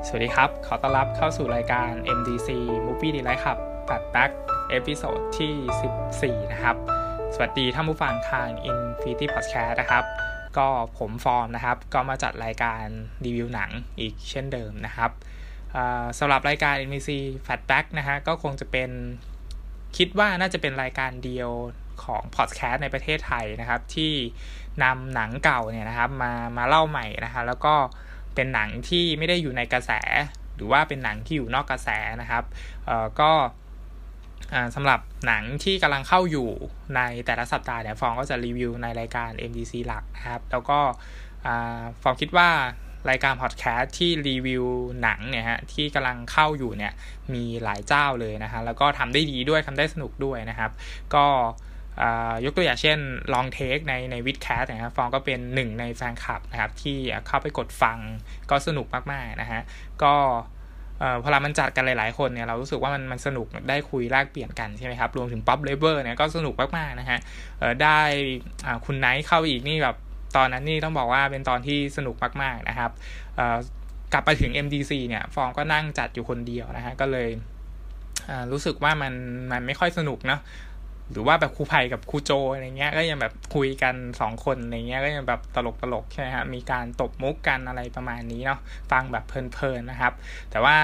สวัสดีครับขอต้อนรับเข้าสู่รายการ MDC Movie Delight ครับ Flashback เอพิโซดที่14นะครับสวัสดีท่านผู้ฟังทาง Infinity Podcast นะครับก็ผมฟอร์มนะครับก็มาจัดรายการรีวิวหนังอีกเช่นเดิมนะครับสำหรับรายการ MDC Flashback นะฮะก็คงจะเป็นคิดว่าน่าจะเป็นรายการเดียวของ podcast ในประเทศไทยนะครับที่นำหนังเก่าเนี่ยนะครับมาเล่าใหม่นะฮะแล้วก็เป็นหนังที่ไม่ได้อยู่ในกระแสหรือว่าเป็นหนังที่อยู่นอกกระแสนะครับก็สำหรับหนังที่กำลังเข้าอยู่ในแต่ละสัปดาห์เนี่ยฟองก็จะรีวิวในรายการ MDC หลักนะครับแล้วก็ฟองคิดว่ารายการพอดแคสต์ที่รีวิวหนังเนี่ยฮะที่กำลังเข้าอยู่เนี่ยมีหลายเจ้าเลยนะฮะแล้วก็ทำได้ดีด้วยทำได้สนุกด้วยนะครับก็ยกตัวอย่างเช่น Long Take ในวิดแคสนะครับฟองก็เป็นหนึ่งในแฟนคลับนะครับที่เข้าไปกดฟังก็สนุกมากๆนะฮะก็พอมันจัดกันหลายๆคนเนี่ยเรารู้สึกว่ามันสนุกได้คุยแลกเปลี่ยนกันใช่ไหมครับรวมถึง Pop Lover เนี่ยก็สนุกมากๆนะฮะได้คุณไนท์เข้าอีกนี่แบบตอนนั้นนี่ต้องบอกว่าเป็นตอนที่สนุกมากๆนะครับกลับไปถึง MDC เนี่ยฟองก็นั่งจัดอยู่คนเดียวนะฮะก็เลยรู้สึกว่ามันไม่ค่อยสนุกเนาะหรือว่าแบบครูไผ่กับครูโจอะไรเงี้ยก็ยังแบบคุยกัน2คนอะไรเงี้ยก็ยังแบบตลกใช่ไหมฮะมีการตบมุกกันอะไรประมาณนี้เนาะฟังแบบเพลินๆนะครับแต่ว่า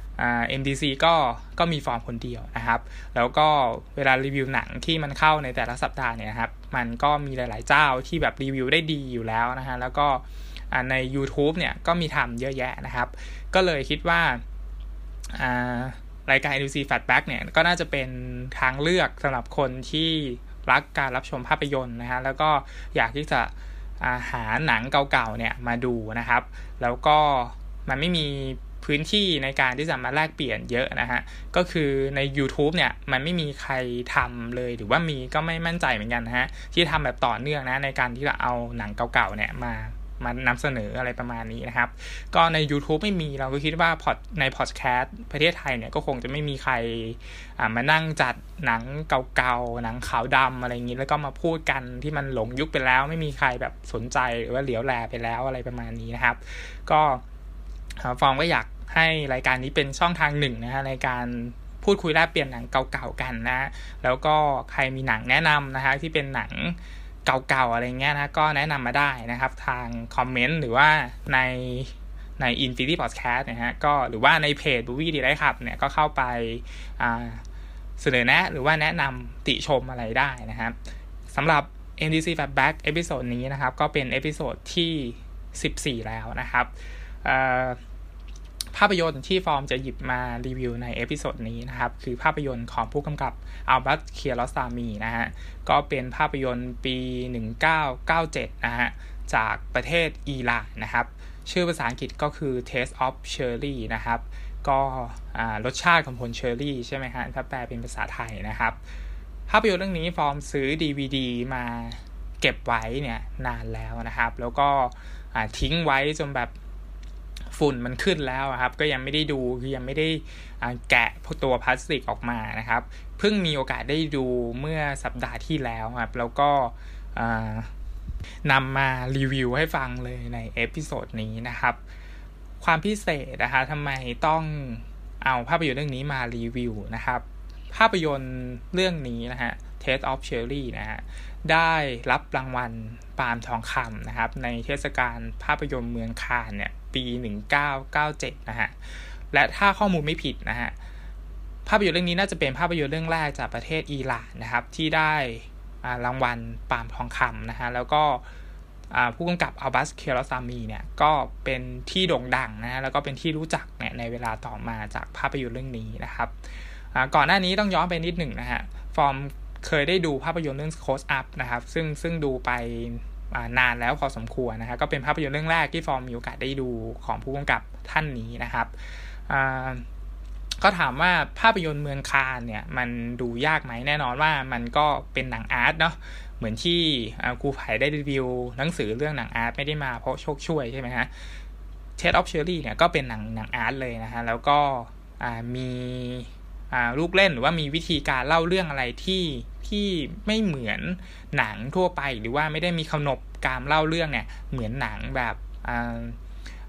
MDC ก็มีฟอร์มคนเดียวนะครับแล้วก็เวลารีวิวหนังที่มันเข้าในแต่ละสัปดาห์เนี่ยครับมันก็มีหลายๆเจ้าที่แบบรีวิวได้ดีอยู่แล้วนะฮะแล้วก็ใน YouTube เนี่ยก็มีทำเยอะแยะนะครับก็เลยคิดว่ารายการ MDC Flashback เนี่ยก็น่าจะเป็นทางเลือกสำหรับคนที่รักการรับชมภาพยนตร์นะฮะแล้วก็อยากที่จะหาหนังเก่าๆเนี่ยมาดูนะครับแล้วก็มันไม่มีพื้นที่ในการที่จะมาแลกเปลี่ยนเยอะนะฮะก็คือใน YouTube เนี่ยมันไม่มีใครทำเลยหรือว่ามีก็ไม่มั่นใจเหมือนกันนะฮะที่ทำแบบต่อเนื่องนะในการที่จะเอาหนังเก่าๆเนี่ยมานำเสนออะไรประมาณนี้นะครับก็ใน YouTube ไม่มีเราก็คิดว่าในพอดแคสต์ประเทศไทยเนี่ยก็คงจะไม่มีใครมานั่งจัดหนังเก่าๆหนังขาวดำอะไรอย่างนี้แล้วก็มาพูดกันที่มันหลงยุคไปแล้วไม่มีใครแบบสนใจหรือว่าเหลียวแลไปแล้วอะไรประมาณนี้นะครับก็ฟองก็อยากให้รายการนี้เป็นช่องทางหนึ่งนะฮะในการพูดคุยแลกเปลี่ยนหนังเก่าๆกันนะแล้วก็ใครมีหนังแนะนำนะฮะที่เป็นหนังเก่าๆอะไรเงี้ยนะก็แนะนำมาได้นะครับทางคอมเมนต์หรือว่าใน Infinity Podcast นะฮะก็หรือว่าในเพจ Movie Delight ครับเนี่ยก็เข้าไปเสนอแนะหรือว่าแนะนำติชมอะไรได้นะครับสำหรับ MDC Flashback เอพิโซดนี้นะครับก็เป็นเอพิโซดที่14แล้วนะครับภาพยนตร์ที่ฟอร์มจะหยิบมารีวิวในเอพิโซดนี้นะครับคือภาพยนตร์ของผู้กำกับอัลบัส เคียรอสซามีนะฮะก็เป็นภาพยนตร์ปี1997นะฮะจากประเทศอิหร่านนะครับชื่อภาษาอังกฤษก็คือ Taste of Cherry นะครับก็รสชาติของผลเชอร์รี่ใช่ไหมฮะถ้าแปลเป็นภาษาไทยนะครับภาพยนตร์เรื่องนี้ฟอร์มซื้อ DVD มาเก็บไว้เนี่ยนานแล้วนะครับแล้วก็ทิ้งไว้จนแบบฝุ่นมันขึ้นแล้วครับก็ยังไม่ได้ดูคือยังไม่ได้แกะตัวพลาสติกออกมานะครับเพิ่งมีโอกาสได้ดูเมื่อสัปดาห์ที่แล้วครับแล้วก็นำมารีวิวให้ฟังเลยในเอพิโซดนี้นะครับความพิเศษนะคะทำไมต้องเอาภาพยนตร์เรื่องนี้มารีวิวนะครับภาพยนตร์เรื่องนี้นะฮะ Taste of Cherry นะฮะได้รับรางวัลปาล์มทองคำนะครับในเทศกาลภาพยนตร์เมืองคานเนี่ยปี1997นะฮะและถ้าข้อมูลไม่ผิดนะฮะภาพยนตร์เรื่องนี้น่าจะเป็นภาพยนตร์เรื่องแรกจากประเทศอิหร่านนะครับที่ได้รางวัลปาล์มทองคำนะฮะแล้วก็ผู้กำกับอัลบัส เคียรอสซามีเนี่ยก็เป็นที่โด่งดังนะฮะแล้วก็เป็นที่รู้จักเนี่ยในเวลาต่อมาจากภาพยนตร์เรื่องนี้นะครับก่อนหน้านี้ต้องย้อนไปนิดหนึ่งนะฮะฟอร์มเคยได้ดูภาพยนตร์เรื่อง Close Up นะครับซึ่งดูไปนานแล้วพอสมควรนะฮะก็เป็นภาพยนตร์เรื่องแรกที่ฟอร์มมีโอกาสได้ดูของผู้กำกับท่านนี้นะครับก็ถามว่าภาพยนตร์เมืองคานเนี่ยมันดูยากไหมแน่นอนว่ามันก็เป็นหนังอาร์ตเนาะเหมือนที่ครูไผ่ได้รีวิวหนังสือเรื่องหนังอาร์ตไม่ได้มาเพราะโชคช่วยใช่ไหมฮะ Taste of Cherry เนี่ยก็เป็นหนังอาร์ตเลยนะฮะแล้วก็มีลูกเล่นหรือว่ามีวิธีการเล่าเรื่องอะไรที่ไม่เหมือนหนังทั่วไปหรือว่าไม่ได้มีขนบการเล่าเรื่องเนี่ยเหมือนหนังแบบ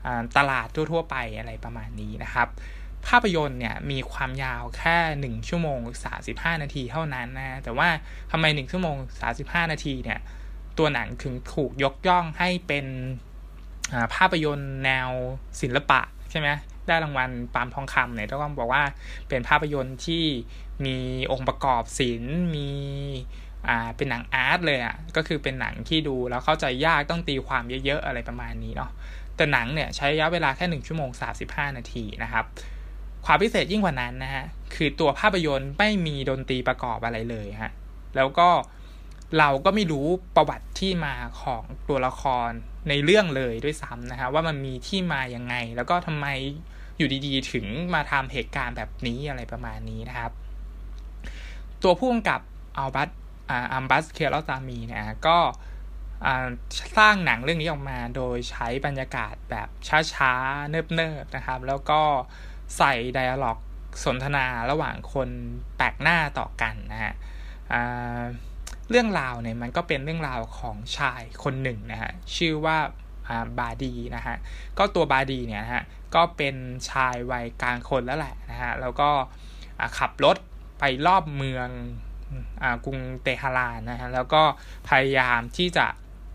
ตลาดทั่วๆไปอะไรประมาณนี้นะครับภาพยนตร์เนี่ยมีความยาวแค่1ชั่วโมง35นาทีเท่านั้นนะแต่ว่าทำไม1ชั่วโมง35นาทีเนี่ยตัวหนังถึงถูกยกย่องให้เป็นภาพยนตร์แนวศิลปะใช่ไหมได้รางวัลปาล์มทองคำเนี่ยต้องบอกว่าเป็นภาพยนตร์ที่มีองค์ประกอบศิลป์มีเป็นหนังอาร์ตเลยก็คือเป็นหนังที่ดูแล้วเข้าใจยากต้องตีความเยอะๆอะไรประมาณนี้เนาะแต่หนังเนี่ยใช้ระยะเวลาแค่1ชั่วโมง35นาทีนะครับความพิเศษยิ่งกว่านั้นนะฮะคือตัวภาพยนตร์ไม่มีดนตรีประกอบอะไรเลยฮะแล้วก็เราก็ไม่รู้ประวัติที่มาของตัวละครในเรื่องเลยด้วยซ้ำนะฮะว่ามันมีที่มายังไงแล้วก็ทำไมอยู่ดีๆถึงมาทำเหตุการณ์แบบนี้อะไรประมาณนี้นะครับตัวผู้กำกับอัลบัสเคียรอซามีเนี่ยก็สร้างหนังเรื่องนี้ออกมาโดยใช้บรรยากาศแบบช้าๆเนิบๆนะครับแล้วก็ใส่ไดอะล็อกสนทนาระหว่างคนแปลกหน้าต่อกันนะฮะเรื่องราวเนี่ยมันก็เป็นเรื่องราวของชายคนหนึ่งนะฮะชื่อว่าบาดีนะฮะก็ตัวบาดีเนี่ยนะฮะก็เป็นชายวัยกลางคนแล้วแหละนะฮะแล้วก็ขับรถไปรอบเมืองกรุงเตหะรานนะฮะแล้วก็พยายามที่จะ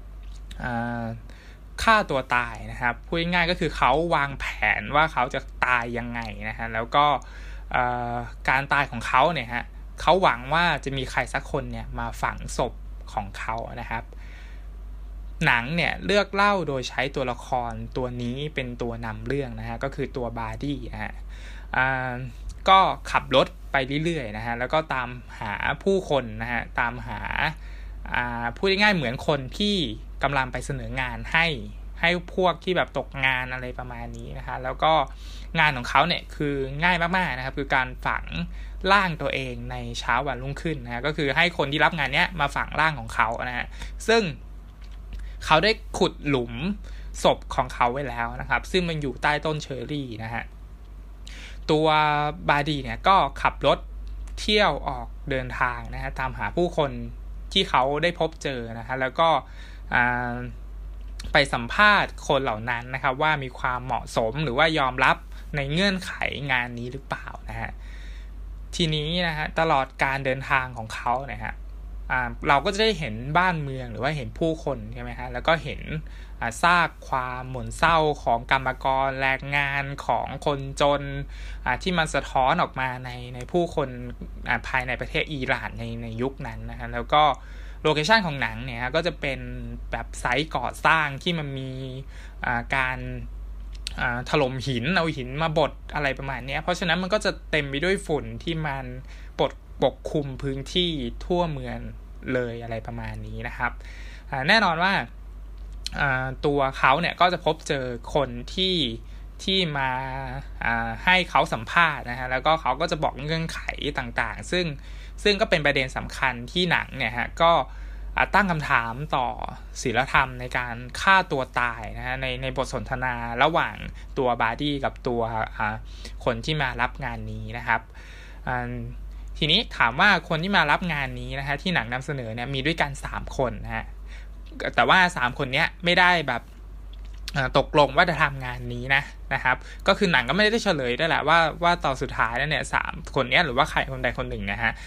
ฆ่าตัวตายนะครับพูดง่ายๆก็คือเขาวางแผนว่าเขาจะตายยังไงนะฮะแล้วก็การตายของเขาเนี่ยฮะเขาหวังว่าจะมีใครสักคนเนี่ยมาฝังศพของเขานะครับหนังเนี่ยเลือกเล่าโดยใช้ตัวละครตัวนี้เป็นตัวนำเรื่องนะฮะก็คือตัวบาร์ดี้นะฮะก็ขับรถไปเรื่อยๆนะฮะแล้วก็ตามหาผู้คนนะฮะตามหาพูดง่ายๆเหมือนคนที่กำลังไปเสนองานให้พวกที่แบบตกงานอะไรประมาณนี้นะคะแล้วก็งานของเขาเนี่ยคือง่ายมากๆนะครับคือการฝังร่างตัวเองในเช้าวันรุ่งขึ้นนะก็คือให้คนที่รับงานเนี้ยมาฝังร่างของเขานะฮะซึ่งเขาได้ขุดหลุมศพของเขาไว้แล้วนะครับซึ่งมันอยู่ใต้ต้นเชอร์รี่นะฮะตัวบาดีเนี่ยก็ขับรถเที่ยวออกเดินทางนะฮะตามหาผู้คนที่เขาได้พบเจอนะฮะแล้วก็ไปสัมภาษณ์คนเหล่านั้นนะครับว่ามีความเหมาะสมหรือว่ายอมรับในเงื่อนไขงานนี้หรือเปล่านะฮะทีนี้นะฮะตลอดการเดินทางของเขานะฮะเราก็จะได้เห็นบ้านเมืองหรือว่าเห็นผู้คนใช่ไหมฮะแล้วก็เห็นซากความหม่นเศร้าของกรรมกรแรงงานของคนจนที่มันสะท้อนออกมาในผู้คนภายในประเทศอิหร่านในยุคนั้นนะฮะแล้วก็โลเคชันของหนังเนี่ยก็จะเป็นแบบไซต์ก่อสร้างที่มันมีการถล่มหินเอาหินมาบดอะไรประมาณนี้เพราะฉะนั้นมันก็จะเต็มไปด้วยฝุ่นที่มันปกคลุมพื้นที่ทั่วเมืองเลยอะไรประมาณนี้นะครับแน่นอนว่าตัวเขาเนี่ยก็จะพบเจอคนที่มาให้เขาสัมภาษณ์นะฮะแล้วก็เขาก็จะบอกเงื่อนไขต่างๆซึ่งก็เป็นประเด็นสำคัญที่หนังเนี่ยฮะก็ตั้งคำถามต่อศีลธรรมในการฆ่าตัวตายนะฮะในบทสนทนาระหว่างตัวบาร์ดี้กับตัวคนที่มารับงานนี้นะครับทีนี้ถามว่าคนที่มารับงานนี้นะฮะที่หนังนำเสนอเนี่ยมีด้วยกัน3คนนะฮะแต่ว่า3คนนี้ไม่ได้แบบตกลงว่าจะทำงานนี้นะครับก็คือหนังก็ไม่ได้เฉลยด้วยแหละว่าตอนสุดท้ายแล้วเนี่ย3คนนี้หรือว่าใครคนใดคนหนึ่งนะฮะ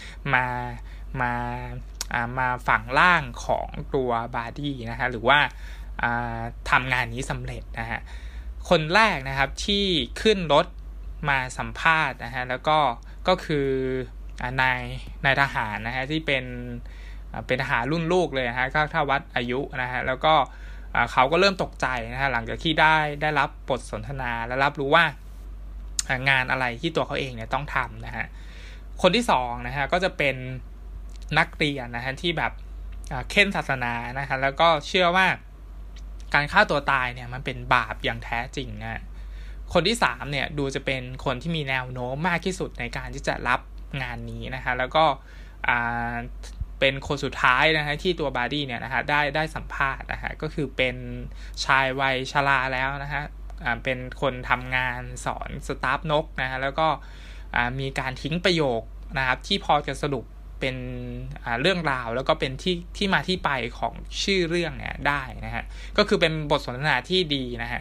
มาฝังร่างของตัวบาร์ดี้นะฮะหรือว่าทำงานนี้สำเร็จนะฮะคนแรกนะครับที่ขึ้นรถมาสัมภาษณ์นะฮะแล้วก็คือนายทหารนะฮะที่เป็นทหารรุ่นลูกเลยนะฮะถ้าวัดอายุนะฮะแล้วก็เขาก็เริ่มตกใจนะฮะหลังจากที่ได้รับบทสนทนาและรับรู้ว่างานอะไรที่ตัวเขาเองเนี่ยต้องทำนะฮะคนที่2นะฮะก็จะเป็นนักเรียนนะฮะที่แบบเข่นศาสนานะฮะแล้วก็เชื่อว่าการฆ่าตัวตายเนี่ยมันเป็นบาปอย่างแท้จริงนะคนที่3เนี่ยดูจะเป็นคนที่มีแนวโน้มมากที่สุดในการที่จะรับงานนี้นะฮะแล้วก็เป็นคนสุดท้ายนะฮะที่ตัวบาร์ดี้เนี่ยนะฮะได้สัมภาษณ์นะฮะก็คือเป็นชายวัยชราแล้วนะฮะเป็นคนทำงานสอนสตาฟนกนะฮะแล้วก็มีการทิ้งประโยคนะครับที่พอจะสรุปเป็นเรื่องราวแล้วก็เป็นที่มาที่ไปของชื่อเรื่องเนี่ยได้นะฮะก็คือเป็นบทสนทนาที่ดีนะฮะ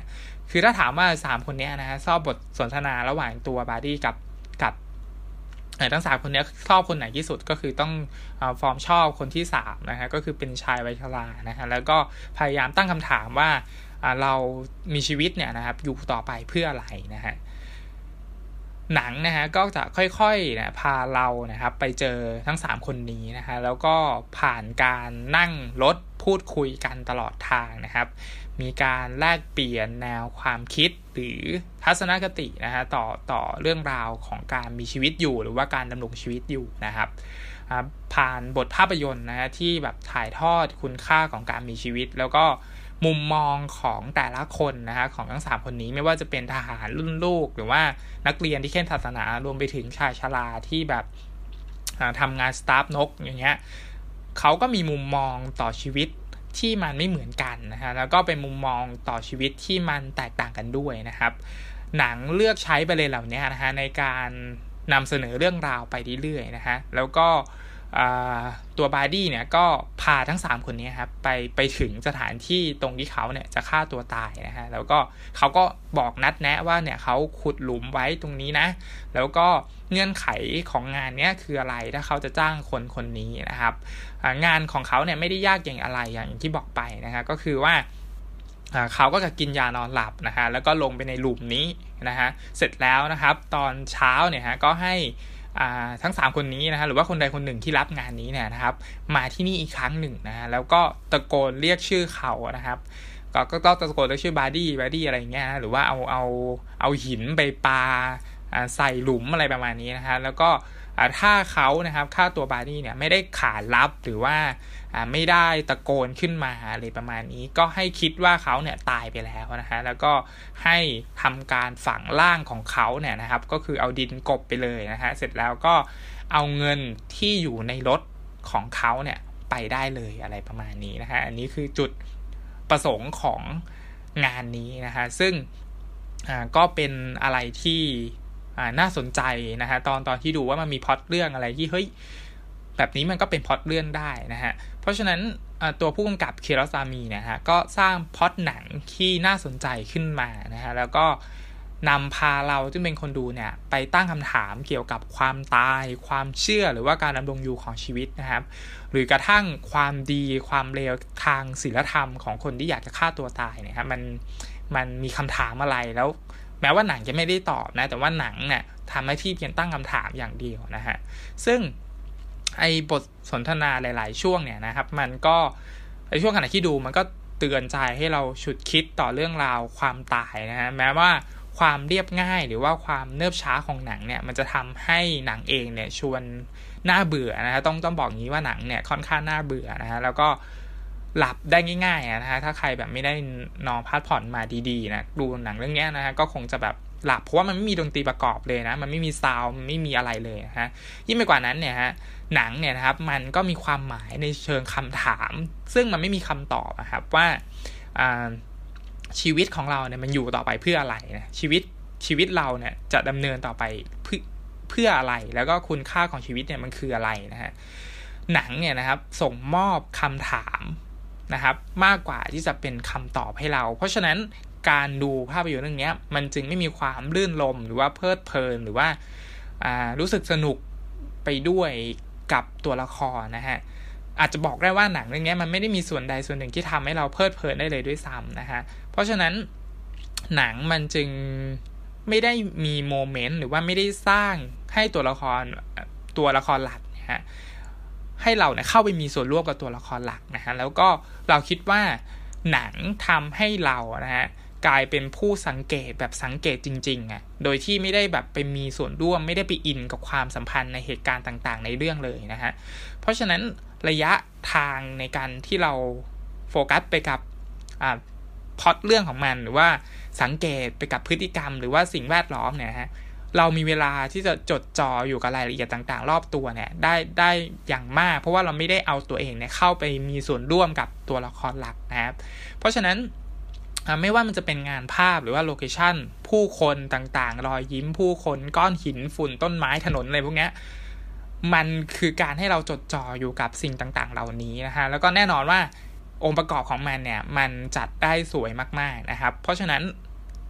คือถ้าถามว่า3คนนี้นะฮะชอบบทสนทนาระหว่างตัวบาร์ดี้กับทั้ง3คนนี้ชอบคนไหนที่สุดก็คือต้องฟอร์มชอบคนที่3นะฮะก็คือเป็นชายวัยชรานะฮะแล้วก็พยายามตั้งคำถามว่าเรามีชีวิตเนี่ยนะครับอยู่ต่อไปเพื่ออะไรนะฮะหนังนะฮะก็จะค่อยๆนะพาเรานะครับไปเจอทั้ง3คนนี้นะฮะแล้วก็ผ่านการนั่งรถพูดคุยกันตลอดทางนะครับมีการแลกเปลี่ยนแนวความคิดหรือทัศนคตินะฮะต่อเรื่องราวของการมีชีวิตอยู่หรือว่าการดำรงชีวิตอยู่นะครับผ่านบทภาพยนตร์นะฮะที่แบบถ่ายทอดคุณค่าของการมีชีวิตแล้วก็มุมมองของแต่ละคนนะฮะของทั้ง3คนนี้ไม่ว่าจะเป็นทหารรุ่นลูกหรือว่านักเรียนที่เข่นศาสนารวมไปถึงชายชราที่แบบทำงานสตาฟนกอย่างเงี้ยเขาก็มีมุมมองต่อชีวิตที่มันไม่เหมือนกันนะฮะแล้วก็เป็นมุมมองต่อชีวิตที่มันแตกต่างกันด้วยนะครับหนังเลือกใช้ประเด็นเหล่านี้นะฮะในการนำเสนอเรื่องราวไปเรื่อยๆนะฮะแล้วก็ตัวบาร์ดี้เนี่ยก็พาทั้ง3คนนี้ครับไปถึงสถานที่ตรงที่เขาเนี่ยจะฆ่าตัวตายนะฮะแล้วก็เขาก็บอกนัดแนะว่าเนี่ยเขาขุดหลุมไว้ตรงนี้นะแล้วก็เงื่อนไขของงานเนี้ยคืออะไรถ้าเขาจะจ้างคนนี้นะครับงานของเขาเนี่ยไม่ได้ยากอย่างอะไรอย่างที่บอกไปนะฮะก็คือว่าเขาก็จะกินยานอนหลับนะฮะแล้วก็ลงไปในหลุมนี้นะฮะเสร็จแล้วนะครับตอนเช้าเนี่ยฮะก็ให้ทั้ง3คนนี้นะฮะหรือว่าคนใดคนหนึ่งที่รับงานนี้เนี่ยนะครับมาที่นี่อีกครั้งหนึ่งนะฮะแล้วก็ตะโกนเรียกชื่อเขานะครับก็ต้องตะโกนเรียกชื่อบาร์ดี้อะไรอย่างเงี้ยนะหรือว่าเอาหินไปปาใส่หลุมอะไรประมาณนี้นะฮะแล้วก็ถ้าเขานะครับฆ่าตัวบาร์ดี้เนี่ยไม่ได้ขานรับหรือว่าไม่ได้ตะโกนขึ้นมาอะไรประมาณนี้ก็ให้คิดว่าเขาเนี่ยตายไปแล้วนะฮะแล้วก็ให้ทำการฝังร่างของเขาเนี่ยนะครับก็คือเอาดินกลบไปเลยนะฮะเสร็จแล้วก็เอาเงินที่อยู่ในรถของเขาเนี่ยไปได้เลยอะไรประมาณนี้นะฮะอันนี้คือจุดประสงค์ของงานนี้นะฮะซึ่งก็เป็นอะไรที่น่าสนใจนะฮะตอนที่ดูว่ามันมีพล็อตเรื่องอะไรที่เฮ้ยแบบนี้มันก็เป็นพล็อตเรื่องได้นะฮะเพราะฉะนั้นตัวผู้กำกับเคโรซามิเนี่ยฮะก็สร้างพล็อตหนังที่น่าสนใจขึ้นมานะฮะแล้วก็นำพาเราที่เป็นคนดูเนี่ยไปตั้งคำถามเกี่ยวกับความตายความเชื่อหรือว่าการดำรงอยู่ของชีวิตนะครับหรือกระทั่งความดีความเลวทางศีลธรรมของคนที่อยากจะฆ่าตัวตายเนี่ยครับมันมีคำถามอะไรแล้วแม้ว่าหนังจะไม่ได้ตอบนะแต่ว่าหนังเนี่ยทำหน้าที่เพียงตั้งคำถามอย่างเดียวนะฮะซึ่งไอ้บทสนทนาหลายๆช่วงเนี่ยนะครับมันก็ในช่วงขณะที่ดูมันก็เตือนใจให้เราฉุดคิดต่อเรื่องราวความตายนะฮะแม้ว่าความเรียบง่ายหรือว่าความเนิบช้าของหนังเนี่ยมันจะทำให้หนังเองเนี่ยชวนน่าเบื่อนะฮะต้องบอกงี้ว่าหนังเนี่ยค่อนข้างน่าเบื่อนะฮะแล้วก็หลับได้ง่ายๆนะฮะถ้าใครแบบไม่ได้นอนพักผ่อนมาดีๆนะดูหนังเรื่องนี้นะฮะก็คงจะแบบหลับเพราะว่ามันไม่มีดนตรีประกอบเลยนะมันไม่มีซาวด์มันไม่มีอะไรเลยนะฮะยิ่งไปกว่านั้นเนี่ยฮะหนังเนี่ยนะครับมันก็มีความหมายในเชิงคำถามซึ่งมันไม่มีคำตอบนะครับว่าชีวิตของเราเนี่ยมันอยู่ต่อไปเพื่ออะไรนะชีวิตเราเนี่ยจะดำเนินต่อไปเพื่ออะไรแล้วก็คุณค่าของชีวิตเนี่ยมันคืออะไรนะฮะหนังเนี่ยนะครับส่งมอบคำถามนะครับมากกว่าที่จะเป็นคำตอบให้เราเพราะฉะนั้นการดูภาพยนตร์เรื่องนี้มันจึงไม่มีความลื่นลมหรือว่าเพลิดเพลินหรือว่ารู้สึกสนุกไปด้วยกับตัวละครนะฮะอาจจะบอกได้ว่าหนังเรื่องนี้มันไม่ได้มีส่วนใดส่วนหนึ่งที่ทำให้เราเพลิดเพลินได้เลยด้วยซ้ำนะฮะเพราะฉะนั้นหนังมันจึงไม่ได้มีโมเมนต์หรือว่าไม่ได้สร้างให้ตัวละครหลักนะฮะให้เราเนี่ยเข้าไปมีส่วนร่วมกับตัวละครหลักนะฮะแล้วก็เราคิดว่าหนังทำให้เรานะฮะกลายเป็นผู้สังเกตแบบสังเกตจริงๆโดยที่ไม่ได้แบบไปมีส่วนร่วมไม่ได้ไปอินกับความสัมพันธ์ในเหตุการณ์ต่างๆในเรื่องเลยนะฮะเพราะฉะนั้นระยะทางในการที่เราโฟกัสไปกับพล็อตเรื่องของมันหรือว่าสังเกตไปกับพฤติกรรมหรือว่าสิ่งแวดล้อมเนี่ยฮะเรามีเวลาที่จะจดจ่ออยู่กับรายละเอียดต่างๆรอบตัวเนี่ยได้อย่างมากเพราะว่าเราไม่ได้เอาตัวเองเนี่ยเข้าไปมีส่วนร่วมกับตัวละครหลักนะครับเพราะฉะนั้นไม่ว่ามันจะเป็นงานภาพหรือว่าโลเคชั่นผู้คนต่างๆรอยยิ้มผู้คนก้อนหินฝุ่นต้นไม้ถนนอะไรพวกนี้มันคือการให้เราจดจ่ออยู่กับสิ่งต่างๆเหล่านี้นะฮะแล้วก็แน่นอนว่าองค์ประกอบของมันเนี่ยมันจัดได้สวยมากๆนะครับเพราะฉะนั้น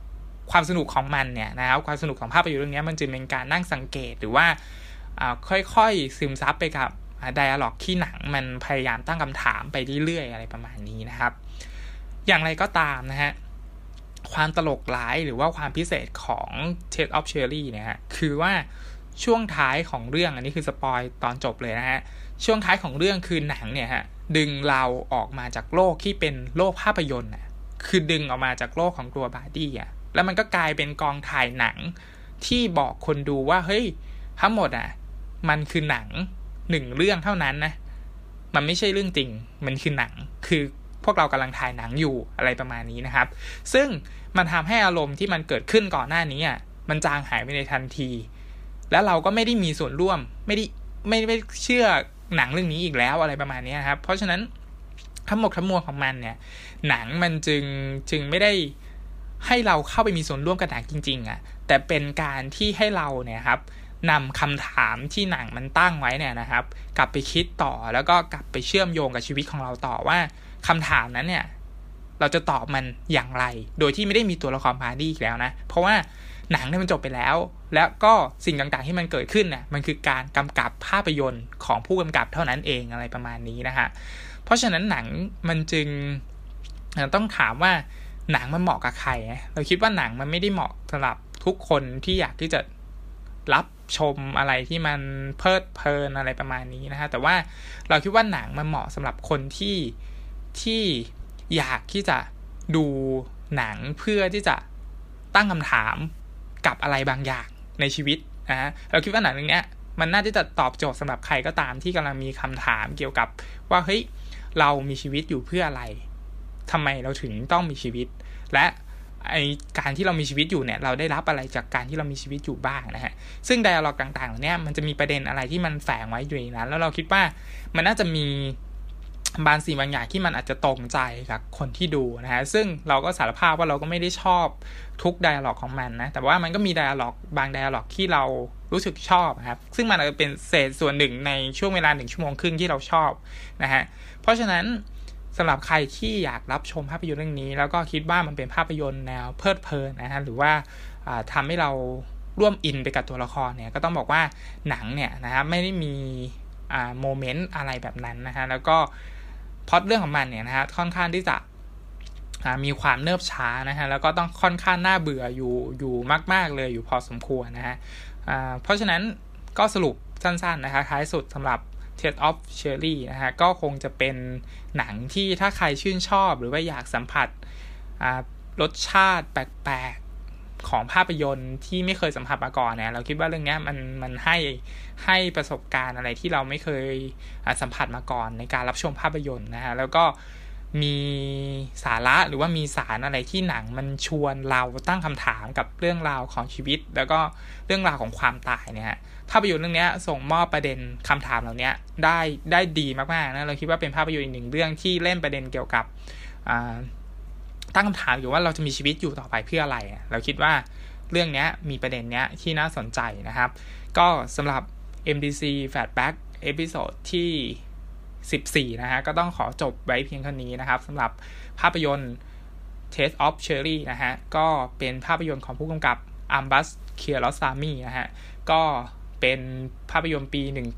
ความสนุกของมันเนี่ยนะครับความสนุกของภาพยนตร์เรื่องนี้มันจึงเป็นการนั่งสังเกตหรือว่าค่อยๆซึมซับไปกับไดอะล็อกที่หนังมันพยายามตั้งคำถามไปเรื่อยๆอะไรประมาณนี้นะครับอย่างไรก็ตามนะฮะความตลกร้ายหรือว่าความพิเศษของ Taste of Cherry เนี่ยฮะคือว่าช่วงท้ายของเรื่องอันนี้คือสปอยตอนจบเลยนะฮะช่วงท้ายของเรื่องคือหนังเนี่ยฮะดึงเราออกมาจากโลกที่เป็นโลกภาพยนตร์นะคือดึงออกมาจากโลกของตัวบาร์ดี้อ่ะแล้วมันก็กลายเป็นกองถ่ายหนังที่บอกคนดูว่าเฮ้ยทั้งหมดอ่ะมันคือหนัง1เรื่องเท่านั้นนะมันไม่ใช่เรื่องจริงมันคือหนังคือพวกเรากำลังถ่ายหนังอยู่อะไรประมาณนี้นะครับซึ่งมันทำให้อารมณ์ที่มันเกิดขึ้นก่อนหน้านี้อ่ะมันจางหายไปในทันทีแล้วเราก็ไม่ได้มีส่วนร่วมไม่ได้เชื่อหนังเรื่องนี้อีกแล้วอะไรประมาณนี้ครับเพราะฉะนั้นทั้งหมดทั้งมวลของมันเนี่ยหนังมันจึงไม่ได้ให้เราเข้าไปมีส่วนร่วมกับหนังจริงๆอ่ะแต่เป็นการที่ให้เราเนี่ยครับนำคำถามที่หนังมันตั้งไว้เนี่ยนะครับกลับไปคิดต่อแล้วก็กลับไปเชื่อมโยงกับชีวิตของเราต่อว่าคำถามนั้นเนี่ยเราจะตอบมันอย่างไรโดยที่ไม่ได้มีตัวละครบาร์ดี้อีกแล้วนะเพราะว่าหนังเนี่ยมันจบไปแล้วแล้วก็สิ่งต่างๆที่มันเกิดขึ้นน่ะมันคือการกำกับภาพยนตร์ของผู้กำกับเท่านั้นเองอะไรประมาณนี้นะฮะเพราะฉะนั้นหนังมันจึงต้องถามว่าหนังมันเหมาะกับใครเราคิดว่าหนังมันไม่ได้เหมาะสำหรับทุกคนที่อยากที่จะรับชมอะไรที่มันเพลิดเพลินอะไรประมาณนี้นะฮะแต่ว่าเราคิดว่าหนังมันเหมาะสำหรับคนที่อยากที่จะดูหนังเพื่อที่จะตั้งคำถามกับอะไรบางอย่างในชีวิตนะฮะเราคิดว่าหนังเรื่องนี้มันน่าจะตอบโจทย์สำหรับใครก็ตามที่กำลังมีคำถามเกี่ยวกับว่าเฮ้ยเรามีชีวิตอยู่เพื่ออะไรทำไมเราถึงต้องมีชีวิตและไอการที่เรามีชีวิตอยู่เนี่ยเราได้รับอะไรจากการที่เรามีชีวิตอยู่บ้างนะฮะซึ่งไดอะล็อกต่างๆเหล่านี้มันจะมีประเด็นอะไรที่มันแฝงไว้อยู่ในนั้นแล้วเราคิดว่ามันน่าจะมีบางสิ่งบางอย่างที่มันอาจจะตรงใจกับคนที่ดูนะฮะซึ่งเราก็สารภาพว่าเราก็ไม่ได้ชอบทุกไดอะล็อกของมันนะแต่ว่ามันก็มีไดอะล็อกบางไดอะล็อกที่เรารู้สึกชอบครับซึ่งมันอาจจะเป็นเศษส่วนหนึ่งในช่วงเวลา1 ชั่วโมงครึ่งที่เราชอบนะฮะเพราะฉะนั้นสำหรับใครที่อยากรับชมภาพยนตร์เรื่องนี้แล้วก็คิดว่ามันเป็นภาพยนตร์แนวเพลิดเพลินนะฮะหรือว่าทำให้เราร่วมอินไปกับตัวละครเนี่ยก็ต้องบอกว่าหนังเนี่ยนะครับไม่ได้มีโมเมนต์อะไรแบบนั้นนะฮะแล้วก็พล็อตเรื่องของมันเนี่ยนะฮะค่อนข้างที่จะมีความเนิบช้านะฮะแล้วก็ต้องค่อนข้างน่าเบื่ออยู่มากๆเลยอยู่พอสมควรนะฮะเพราะฉะนั้นก็สรุปสั้นๆนะคะท้ายสุดสำหรับTaste of Cherry นะฮะก็คงจะเป็นหนังที่ถ้าใครชื่นชอบหรือว่าอยากสัมผัสรสชาติแปลกๆของภาพยนตร์ที่ไม่เคยสัมผัสมาก่อนเนี่ยเราคิดว่าเรื่องนี้มันให้ประสบการณ์อะไรที่เราไม่เคยสัมผัสมาก่อนในการรับชมภาพยนตร์นะฮะแล้วก็มีสาระหรือว่ามีสารอะไรที่หนังมันชวนเราตั้งคำถามกับเรื่องราวของชีวิตแล้วก็เรื่องราวของความตายเนี่ยภาพยนตร์เรื่องนี้ส่งมอบประเด็นคำถามเหล่านี้ได้ดีมากๆนะเราคิดว่าเป็นภาพยนตร์อีกหนึ่งเรื่องที่เล่นประเด็นเกี่ยวกับตั้งคำถามอยู่ว่าเราจะมีชีวิตอยู่ต่อไปเพื่ออะไรเราคิดว่าเรื่องนี้มีประเด็นนี้ที่น่าสนใจนะครับก็สำหรับ MDC Flashback เอพิโซดที่14นะฮะก็ต้องขอจบไว้เพียงเท่านี้นะครับสำหรับภาพยนตร์ Taste of Cherry นะฮะก็เป็นภาพยนตร์ของผู้กำกับอัมบัส เคียรอสซามีนะฮะก็เป็นภาพยนตร์ปี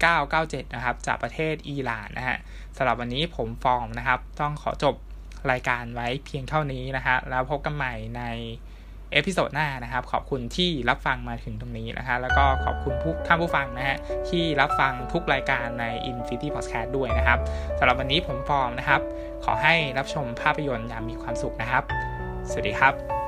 1997นะครับจากประเทศอิหร่านนะฮะสำหรับวันนี้ผมฟอร์มนะครับต้องขอจบรายการไว้เพียงเท่านี้นะฮะแล้วพบกันใหม่ในเอพิโซดหน้านะครับขอบคุณที่รับฟังมาถึงตรงนี้นะฮะแล้วก็ขอบคุณท่านผู้ฟังนะฮะที่รับฟังทุกรายการใน Infinity Podcast ด้วยนะครับสำหรับวันนี้ผมฟอร์มนะครับขอให้รับชมภาพยนตร์อย่างมีความสุขนะครับสวัสดีครับ